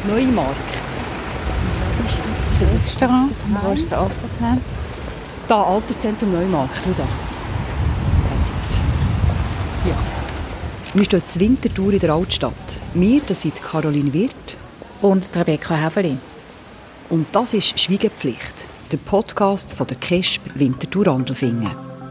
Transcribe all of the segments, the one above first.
Neumarkt. Das Restaurant, wo ist das Altersheim? Da, Alterszentrum Neumarkt, schau da. Ja. Wir stehen in Winterthur in der Altstadt. Wir, das sind Caroline Wirth Und Rebecca Häfeli. und das ist «Schweigepflicht», der Podcast von der KESB Winterthur-Andelfingen.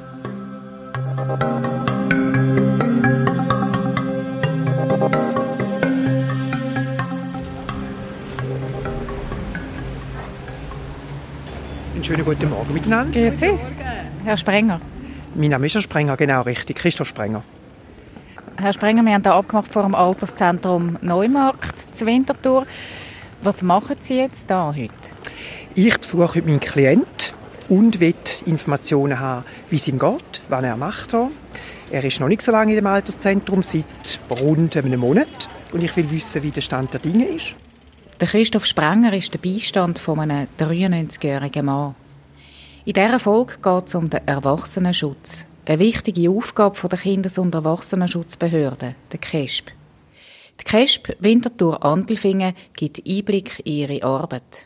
Einen schönen guten Morgen miteinander. Grüezi. Herr Sprenger. Mein Name ist Herr Sprenger, genau richtig. Christoph Sprenger. Herr Sprenger, wir haben hier abgemacht vor dem Alterszentrum Neumarkt zu Winterthur. Was machen Sie jetzt da heute? Ich besuche heute meinen Klienten und will Informationen haben, wie es ihm geht, was er macht. Er ist noch nicht so lange in dem Alterszentrum, seit rund einem Monat. Und ich will wissen, wie der Stand der Dinge ist. Der Christoph Sprenger ist der Beistand von einem 93-jährigen Mann. In dieser Folge geht es um den Erwachsenenschutz. Eine wichtige Aufgabe der Kindes- und Erwachsenenschutzbehörde, der KESB. Die KESB Winterthur-Andelfingen gibt Einblick in ihre Arbeit.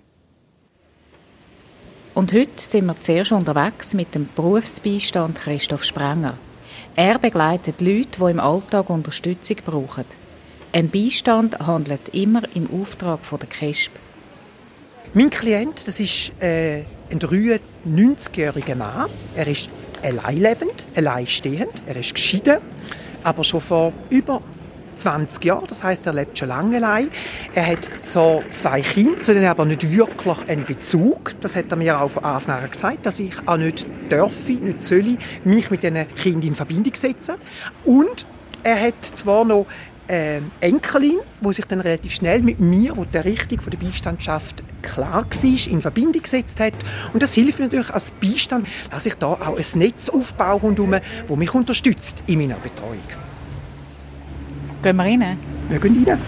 Und heute sind wir zuerst unterwegs mit dem Berufsbeistand Christoph Sprenger. Er begleitet Leute, die im Alltag Unterstützung brauchen. Ein Beistand handelt immer im Auftrag der KESB. Mein Klient, das ist ein 93-jähriger Mann. Er ist alleinlebend, alleinstehend. Er ist geschieden, aber schon vor über 20 Jahren. Das heisst, er lebt schon lange allein. Er hat so 2 Kinder, zu denen aber nicht wirklich einen Bezug. Das hat er mir auch von Anfang an gesagt, dass ich auch nicht dürfe, nicht soll, mich mit diesen Kindern in Verbindung setzen. Und er hat zwar noch Enkelin, wo sich dann relativ schnell mit mir, wo die Richtung der Beistandschaft klar war, in Verbindung gesetzt hat. Und das hilft mir natürlich als Beistand, dass ich da auch ein Netz aufbaue rundherum, das mich unterstützt in meiner Betreuung. Gehen wir rein? Wir gehen rein.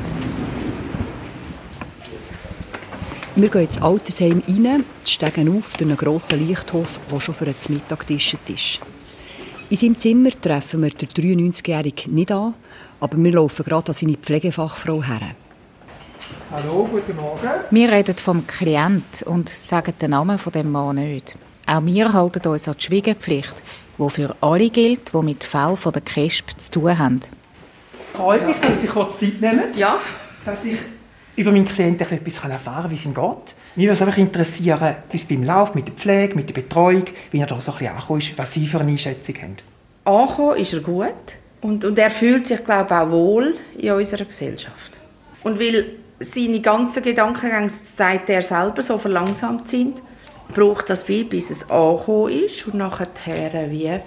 Wir gehen ins Altersheim rein, steigen auf durch einen grossen Lichthof, der schon für den Mittag getischt ist. In seinem Zimmer treffen wir den 93-Jährigen nicht an, aber wir laufen gerade an seine Pflegefachfrau her. Hallo, guten Morgen. Wir reden vom Klient und sagen den Namen von dem Mann nicht. Auch wir halten uns an die Schweigepflicht, die für alle gilt, die mit Fällen von der KESB zu tun haben. Freut mich, dass Sie kurz Zeit nehmen. Ja. Dass ich über meinen Klienten etwas erfahren kann, wie es ihm geht. Mich würde es einfach interessieren, wie es beim Lauf, mit der Pflege, mit der Betreuung, wie er da so ein bisschen angekommen ist, was Sie für eine Einschätzung haben. Angekommen ist er gut und er fühlt sich, glaube ich, auch wohl in unserer Gesellschaft. Und weil seine ganzen Gedankengänge, sagt er selber, so verlangsamt sind, braucht das viel, bis es angekommen ist und nachher wie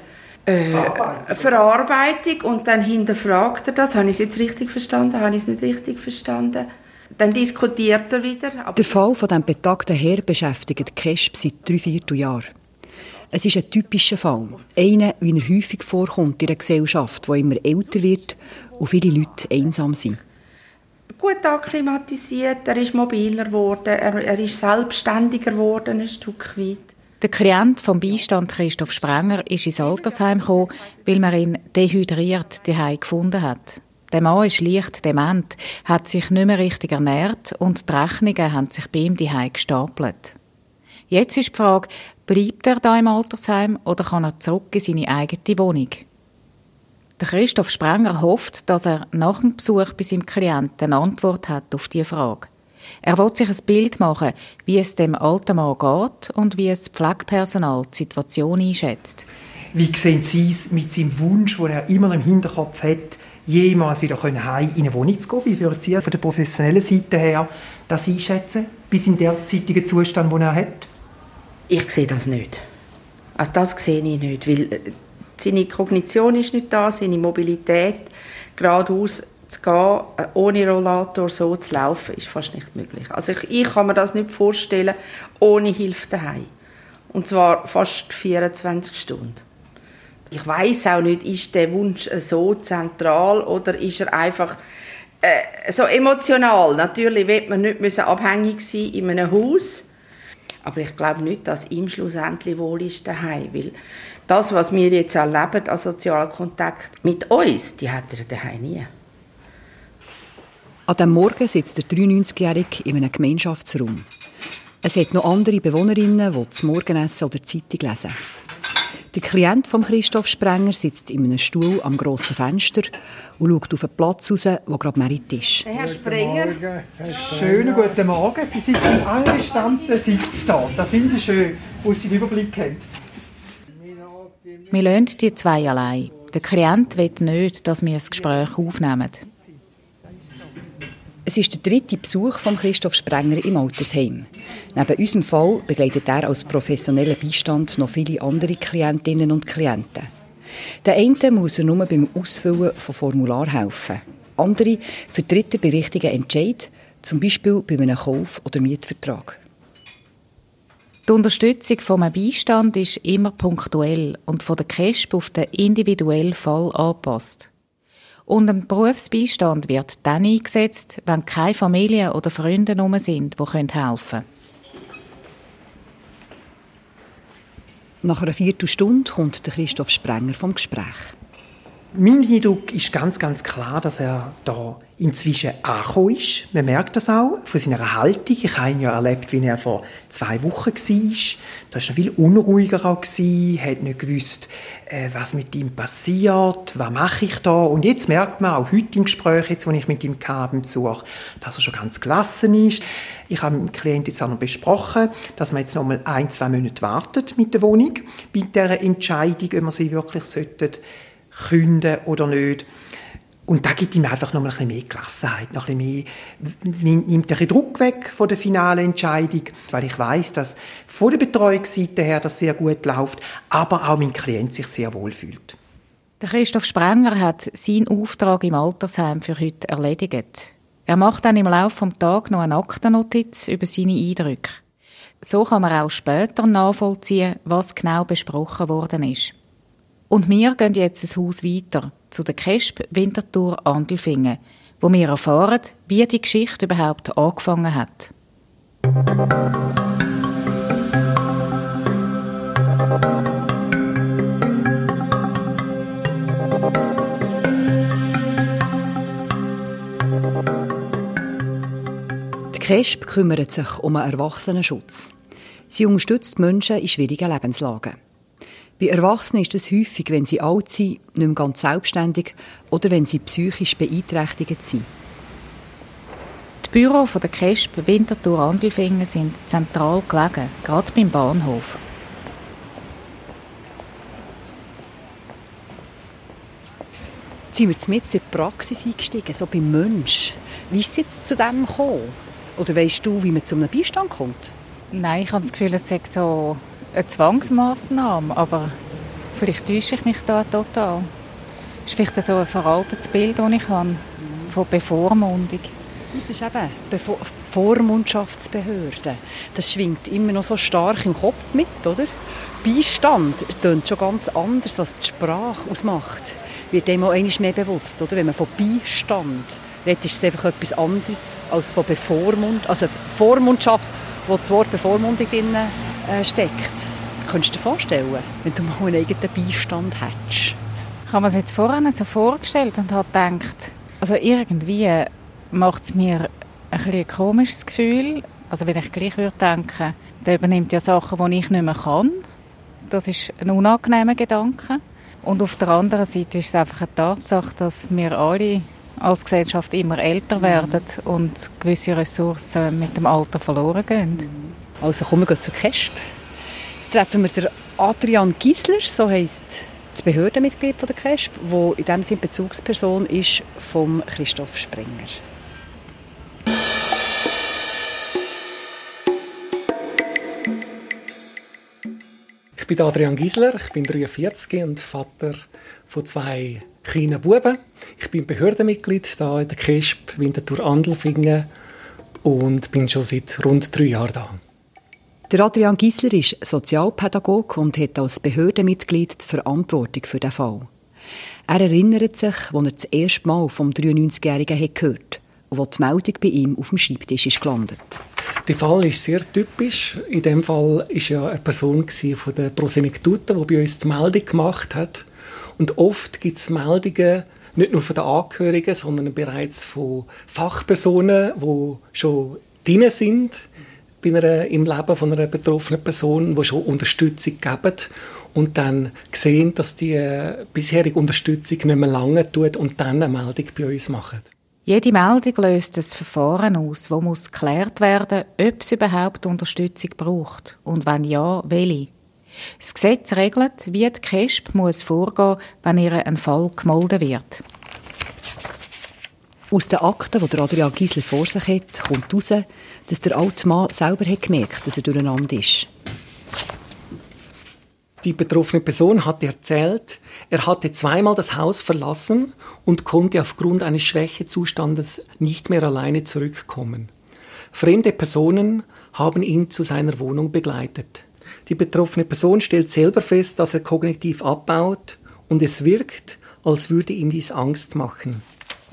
Verarbeitung und dann hinterfragt er das. Habe ich es jetzt richtig verstanden? Habe ich es nicht richtig verstanden? Dann diskutiert er wieder. Der Fall von diesem betagten Herr beschäftigt die KESB seit 3/4 Jahren. Es ist ein typischer Fall. Einer, wie er häufig vorkommt in einer Gesellschaft, die immer älter wird und viele Leute einsam sind. Gut akklimatisiert, er ist mobiler geworden, er ist selbstständiger geworden, ein Stück weit. Der Klient vom Beistand Christoph Sprenger ist ins Altersheim gekommen, weil man ihn dehydriert daheim gefunden hat. Der Mann ist leicht dement, hat sich nicht mehr richtig ernährt und die Rechnungen haben sich bei ihm daheim gestapelt. Jetzt ist die Frage, bleibt er da im Altersheim oder kann er zurück in seine eigene Wohnung? Der Christoph Sprenger hofft, dass er nach dem Besuch bei seinem Klienten eine Antwort hat auf diese Frage. Er will sich ein Bild machen, wie es dem alten Mann geht und wie das Pflegepersonal die Situation einschätzt. Wie sehen Sie es mit seinem Wunsch, den er immer im Hinterkopf hat, jemals wieder heim in eine Wohnung zu gehen? Wie würden Sie von der professionellen Seite her das einschätzen, bis in der derzeitigen Zustand, den er hat? Ich sehe das nicht. Also das sehe ich nicht, weil seine Kognition ist nicht da, seine Mobilität, geradeaus zu gehen, ohne Rollator so zu laufen, ist fast nicht möglich. Also ich kann mir das nicht vorstellen, ohne Hilfe daheim. Und zwar fast 24 Stunden. Ich weiss auch nicht, ist der Wunsch so zentral oder ist er einfach so emotional. Natürlich wird man nicht abhängig sein in einem Haus, aber ich glaube nicht, dass ihm schlussendlich wohl ist daheim, weil das, was wir jetzt erleben, an sozialen Kontakt mit uns, die hat er daheim nie. An diesem Morgen sitzt der 93-Jährige in einem Gemeinschaftsraum. Es hat noch andere Bewohnerinnen, die das Morgenessen oder die Zeitung lesen. Der Klient von Christoph Sprenger sitzt in einem Stuhl am grossen Fenster und schaut auf den Platz raus, wo gerade Merit ist. Herr Sprenger. Schönen guten Morgen. Sie sitzen im angestammten Sitz da. Das finde ich schön, wo Sie den Überblick haben. Wir lassen die zwei allein. Der Klient will nicht, dass wir das Gespräch aufnehmen. Es ist der dritte Besuch von Christoph Sprenger im Altersheim. Neben unserem Fall begleitet er als professioneller Beistand noch viele andere Klientinnen und Klienten. Der eine muss er nur beim Ausfüllen von Formularen helfen. Andere vertritt er bei wichtigen Entscheidungen, zum Beispiel bei einem Kauf- oder Mietvertrag. Die Unterstützung von einem Beistand ist immer punktuell und von der KESB auf den individuellen Fall angepasst. Und ein Berufsbeistand wird dann eingesetzt, wenn keine Familie oder Freunde herum sind, die helfen können. Nach einer Viertelstunde kommt der Christoph Sprenger vom Gespräch. Mein Eindruck ist ganz, ganz klar, dass er da inzwischen angekommen ist. Man merkt das auch von seiner Haltung. Ich habe ihn ja erlebt, wie er vor 2 Wochen war. Da war er viel unruhiger auch, hat nicht gewusst, was mit ihm passiert, was mache ich da. Und jetzt merkt man auch heute im Gespräch, jetzt, als ich mit ihm kam, im Besuch, dass er schon ganz gelassen ist. Ich habe mit dem Klienten jetzt auch noch besprochen, dass man jetzt noch mal 1-2 Monate wartet mit der Wohnung, bei dieser Entscheidung, ob man sie wirklich künden oder nicht. Und da gibt ihm einfach noch mal ein bisschen mehr Gelassenheit, noch ein bisschen mehr, nimmt ein bisschen Druck weg von der finalen Entscheidung, weil ich weiss, dass von der Betreuungsseite her das sehr gut läuft, aber auch mein Klient sich sehr wohl fühlt. Der Christoph Sprenger hat seinen Auftrag im Altersheim für heute erledigt. Er macht dann im Laufe des Tages noch eine Aktennotiz über seine Eindrücke. So kann man auch später nachvollziehen, was genau besprochen worden ist. Und wir gehen jetzt ein Haus weiter, zu der KESB Winterthur Andelfingen, wo wir erfahren, wie die Geschichte überhaupt angefangen hat. Die KESB kümmert sich um einen Erwachsenenschutz. Sie unterstützt Menschen in schwierigen Lebenslagen. Bei Erwachsenen ist es häufig, wenn sie alt sind, nicht mehr ganz selbstständig oder wenn sie psychisch beeinträchtigt sind. Die Büros der KESB Winterthur Andelfingen sind zentral gelegen, gerade beim Bahnhof. Jetzt sind wir mitten in die Praxis eingestiegen, so beim Mensch. Wie ist es jetzt zu dem gekommen? Oder weisst du, wie man zu einem Beistand kommt? Nein, ich habe das Gefühl, es sei so eine Zwangsmassnahme, aber vielleicht täusche ich mich da total. Das ist vielleicht so ein veraltetes Bild, das ich habe, von Bevormundung. Das ist eben Vormundschaftsbehörde. Das schwingt immer noch so stark im Kopf mit, oder? Beistand tönt schon ganz anders, was die Sprache ausmacht. Wird dem auch einmal mehr bewusst, oder? Wenn man von Beistand redet, ist es einfach etwas anderes als von Bevormund. Also Vormundschaft, wo das Wort Bevormundung drin steckt. Könntest du dir vorstellen, wenn du mal einen eigenen Beistand hättest? Ich habe mir das jetzt vorhin so vorgestellt und habe gedacht, also irgendwie macht es mir ein komisches Gefühl. Also wenn ich gleich würde denken, der übernimmt ja Sachen, die ich nicht mehr kann. Das ist ein unangenehmer Gedanke. Und auf der anderen Seite ist es einfach eine Tatsache, dass wir alle als Gesellschaft immer älter werden und gewisse Ressourcen mit dem Alter verloren gehen. Also kommen wir zur KESB. Jetzt treffen wir den Adrian Giesler, so heisst das Behördenmitglied der KESB, der in diesem Sinne Bezugsperson ist vom Christoph Sprenger. Ich bin Adrian Giesler, ich bin 43 und Vater von 2 kleinen Buben. Ich bin Behördenmitglied hier in der KESB Winterthur Andelfingen und bin schon seit rund 3 Jahren da. Der Adrian Giesler ist Sozialpädagoge und hat als Behördenmitglied die Verantwortung für diesen Fall. Er erinnert sich, als er das erste Mal vom 93-Jährigen gehört hat und wo die Meldung bei ihm auf dem Schreibtisch ist gelandet. Der Fall ist sehr typisch. In dem Fall war ja eine Person von der Prosenektute, die bei uns die Meldung gemacht hat. Und oft gibt es Meldungen Nicht nur von den Angehörigen, sondern bereits von Fachpersonen, die schon drin sind im Leben von einer betroffenen Person, die schon Unterstützung geben und dann sehen, dass die bisherige Unterstützung nicht mehr lange tut und dann eine Meldung bei uns machen. Jede Meldung löst ein Verfahren aus, wo muss geklärt werden, ob es überhaupt Unterstützung braucht und wenn ja, welche. Das Gesetz regelt, wie die KESB muss vorgehen, wenn ihr ein Fall gemolden wird. Aus den Akten, die Adrian Gisler vor sich hat, kommt heraus, dass der alte Mann selber hat gemerkt, dass er durcheinander ist. Die betroffene Person hat erzählt, er hatte zweimal das Haus verlassen und konnte aufgrund eines Schwächezustandes nicht mehr alleine zurückkommen. Fremde Personen haben ihn zu seiner Wohnung begleitet. Die betroffene Person stellt selber fest, dass er kognitiv abbaut und es wirkt, als würde ihm dies Angst machen.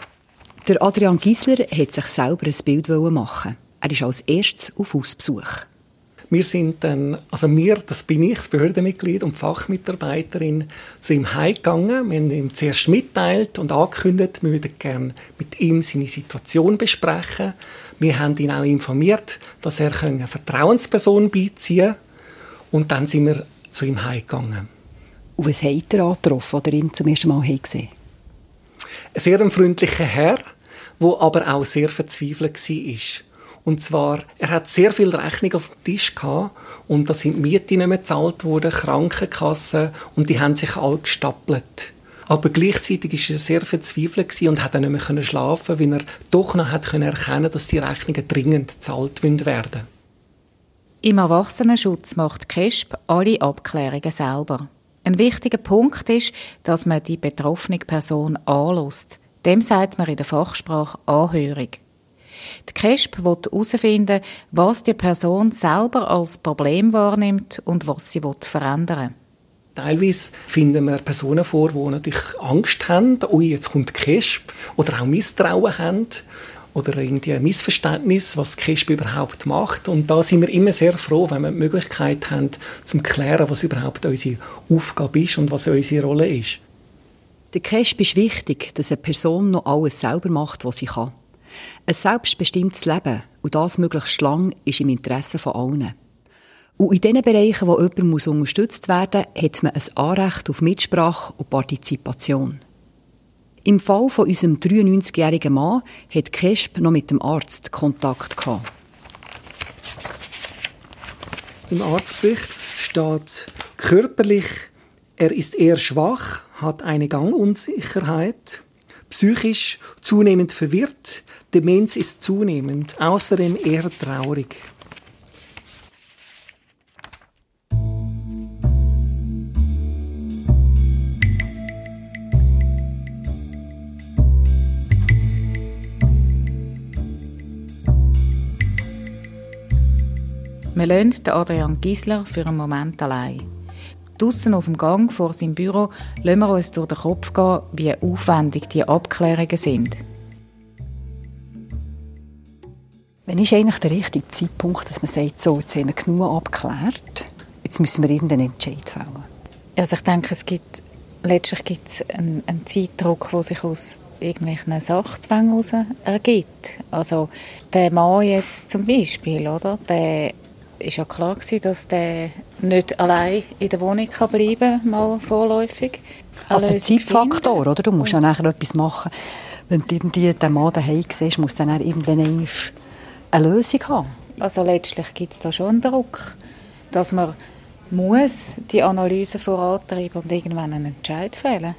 Der Adrian Gisler hat sich selber ein Bild machen. Er ist als erstes auf Hausbesuch. Wir sind dann, das bin ich, das Behördenmitglied und Fachmitarbeiterin, zu ihm heimgegangen. Wir haben ihm zuerst mitteilt und angekündigt, wir würden gerne mit ihm seine Situation besprechen. Wir haben ihn auch informiert, dass er eine Vertrauensperson beiziehen kann. Und dann sind wir zu ihm heimgegangen. Und was hat er angetroffen, als er ihn zum ersten Mal gesehen hat? Ein sehr freundlicher Herr, der aber auch sehr verzweifelt war. Und zwar, er hat sehr viel Rechnung auf dem Tisch gehabt und da sind die Miete nicht mehr gezahlt worden, Krankenkassen und die haben sich alle gestapelt. Aber gleichzeitig war er sehr verzweifelt und hat dann nicht mehr schlafen, weil er doch noch erkennen konnte, dass die Rechnungen dringend gezahlt werden. Im Erwachsenenschutz macht die KESB alle Abklärungen selber. Ein wichtiger Punkt ist, dass man die betroffene Person anhört. Dem sagt man in der Fachsprache Anhörung. Die KESB will herausfinden, was die Person selber als Problem wahrnimmt und was sie verändern will. Teilweise finden wir Personen vor, die natürlich Angst haben, jetzt kommt die KESB, oder auch Misstrauen haben, oder irgendwie ein Missverständnis, was die KESB überhaupt macht. Und da sind wir immer sehr froh, wenn wir die Möglichkeit haben, zu klären, was überhaupt unsere Aufgabe ist und was unsere Rolle ist. Der KESB ist wichtig, dass eine Person noch alles selber macht, was sie kann. Ein selbstbestimmtes Leben, und das möglichst lang, ist im Interesse von allen. Und in den Bereichen, wo jemand unterstützt werden muss, hat man ein Anrecht auf Mitsprache und Partizipation. Im Fall von unserem 93-jährigen Mann hat die KESB noch mit dem Arzt Kontakt gehabt. Im Arztbericht steht körperlich, er ist eher schwach, hat eine Gangunsicherheit, psychisch zunehmend verwirrt, Demenz ist zunehmend, außerdem eher traurig. Wir lassen Adrian Gisler für einen Moment allein. Draussen auf dem Gang vor seinem Büro lassen wir uns durch den Kopf gehen, wie aufwendig die Abklärungen sind. Wann ist eigentlich der richtige Zeitpunkt, dass man sagt, so, jetzt haben wir genug abgeklärt, jetzt müssen wir irgendeinen Entscheid fällen? Also ich denke, letztlich gibt es einen Zeitdruck, der sich aus irgendwelchen Sachzwängen heraus ergibt. Also der Mann jetzt zum Beispiel, oder? Der ist ja klar gewesen, dass der nicht allein in der Wohnung bleiben kann, mal vorläufig. Also der Zeitfaktor, oder? Du musst ja nachher etwas machen. Wenn du irgendwie den Mann daheim siehst, musst du dann irgendwann eine Lösung haben. Also letztlich gibt es da schon einen Druck, dass man muss die Analyse vorantreiben und irgendwann einen Entscheid fällen.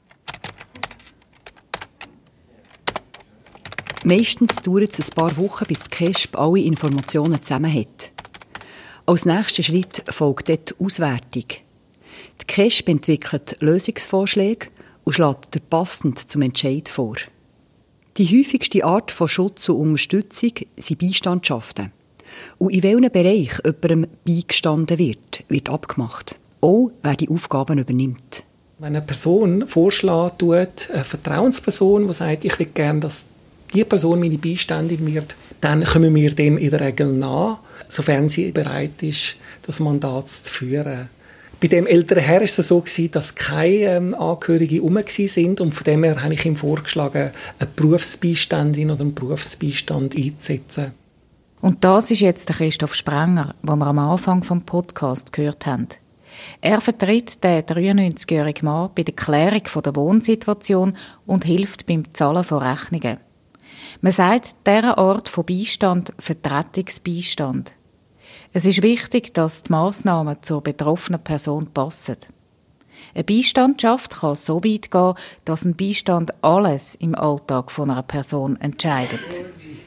Meistens dauert es ein paar Wochen, bis die KESB alle Informationen zusammen hat. Als nächster Schritt folgt dort die Auswertung. Die KESB entwickelt Lösungsvorschläge und schlägt der passend zum Entscheid vor. Die häufigste Art von Schutz und Unterstützung sind Beistandschaften. Und in welchem Bereich jemandem beigestanden wird abgemacht. Auch wer die Aufgaben übernimmt. Wenn eine Person vorschlägt, eine Vertrauensperson, die sagt, ich will gerne, dass die Person meine Beiständin wird, dann kommen wir dem in der Regel nach, sofern sie bereit ist, das Mandat zu führen. Bei dem älteren Herr war es so, dass keine Angehörigen herum waren. Und von dem her habe ich ihm vorgeschlagen, eine Berufsbeiständin oder einen Berufsbeistand einzusetzen. Und das ist jetzt der Christoph Sprenger, den wir am Anfang des Podcasts gehört haben. Er vertritt den 93-jährigen Mann bei der Klärung der Wohnsituation und hilft beim Zahlen von Rechnungen. Man sagt dieser Art von Beistand Vertretungsbeistand. Es ist wichtig, dass die Massnahmen zur betroffenen Person passen. Eine Beistandschaft kann so weit gehen, dass ein Beistand alles im Alltag von einer Person entscheidet.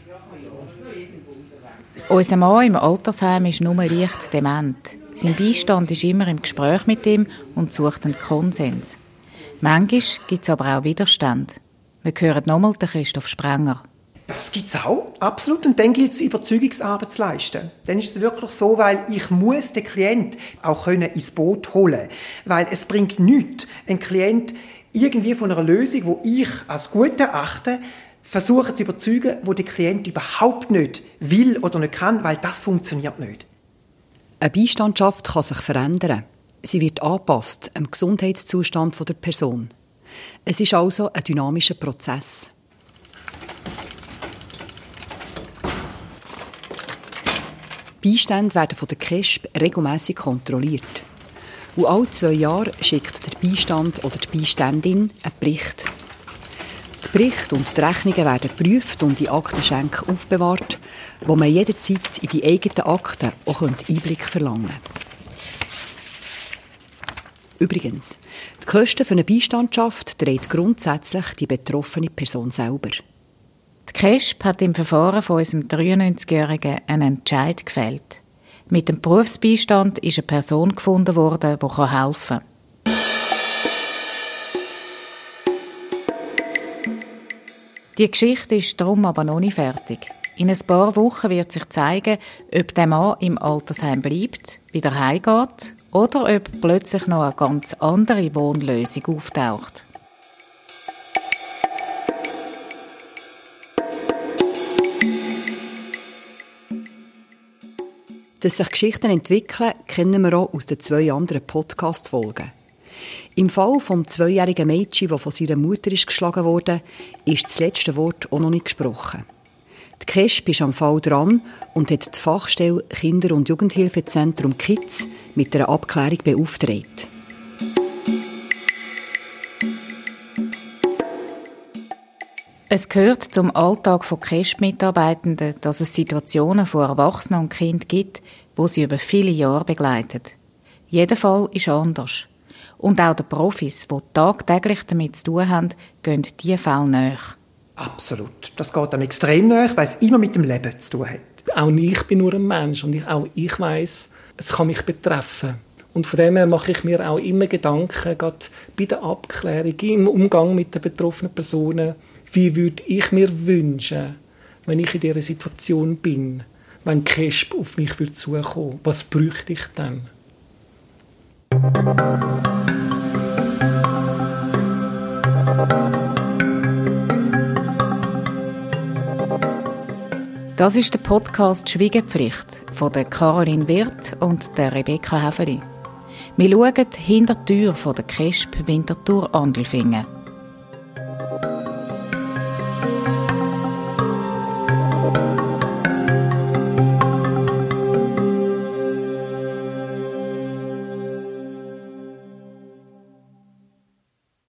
Unser Mann im Altersheim ist nur leicht dement. Sein Beistand ist immer im Gespräch mit ihm und sucht einen Konsens. Manchmal gibt es aber auch Widerstand. Wir hören nochmal den Christoph Sprenger. Das gibt es auch, absolut. Und dann gilt es, Überzeugungsarbeit zu leisten. Dann ist es wirklich so, weil ich muss den Klient auch ins Boot holen. Weil es bringt nichts, einen Klient irgendwie von einer Lösung, die ich als gut erachte, versuchen zu überzeugen, wo der Klient überhaupt nicht will oder nicht kann, weil das funktioniert nicht. Eine Beistandschaft kann sich verändern. Sie wird angepasst am Gesundheitszustand der Person. Es ist also ein dynamischer Prozess. Beistände werden von der KESB regelmässig kontrolliert. Und alle 2 Jahre schickt der Beistand oder die Beiständin einen Bericht. Die Berichte und die Rechnungen werden geprüft und in Aktenschränken aufbewahrt, wo man jederzeit in die eigenen Akten auch Einblick verlangen kann. Übrigens, die Kosten für eine Beistandschaft trägt grundsätzlich die betroffene Person selber. Die KESB hat im Verfahren von unserem 93-Jährigen einen Entscheid gefällt. Mit dem Berufsbeistand ist eine Person gefunden worden, die helfen kann. Die Geschichte ist darum aber noch nicht fertig. In ein paar Wochen wird sich zeigen, ob der Mann im Altersheim bleibt, wieder heimgeht oder ob plötzlich noch eine ganz andere Wohnlösung auftaucht. Dass sich Geschichten entwickeln, kennen wir auch aus den 2 anderen Podcast-Folgen. Im Fall vom 2-jährigen Mädchen, das von seiner Mutter geschlagen wurde, ist das letzte Wort auch noch nicht gesprochen. Die KESB ist am Fall dran und hat die Fachstelle Kinder- und Jugendhilfezentrum KIDS mit einer Abklärung beauftragt. Es gehört zum Alltag von KESB-Mitarbeitenden, dass es Situationen von Erwachsenen und Kindern gibt, die sie über viele Jahre begleiten. Jeder Fall ist anders. Und auch die Profis, die tagtäglich damit zu tun haben, gehen diese Fälle näher. Absolut. Das geht einem extrem näher, weil es immer mit dem Leben zu tun hat. Auch ich bin nur ein Mensch und auch ich weiss, es kann mich betreffen. Und von dem her mache ich mir auch immer Gedanken, gerade bei der Abklärung, im Umgang mit den betroffenen Personen, wie würde ich mir wünschen, wenn ich in dieser Situation bin, wenn die KESB auf mich zukommen würde, was bräuchte ich dann? Das ist der Podcast «Schweigepflicht» von der Caroline Wirth und der Rebecca Häfeli. Wir schauen hinter die Tür von der KESB Winterthur Andelfingen.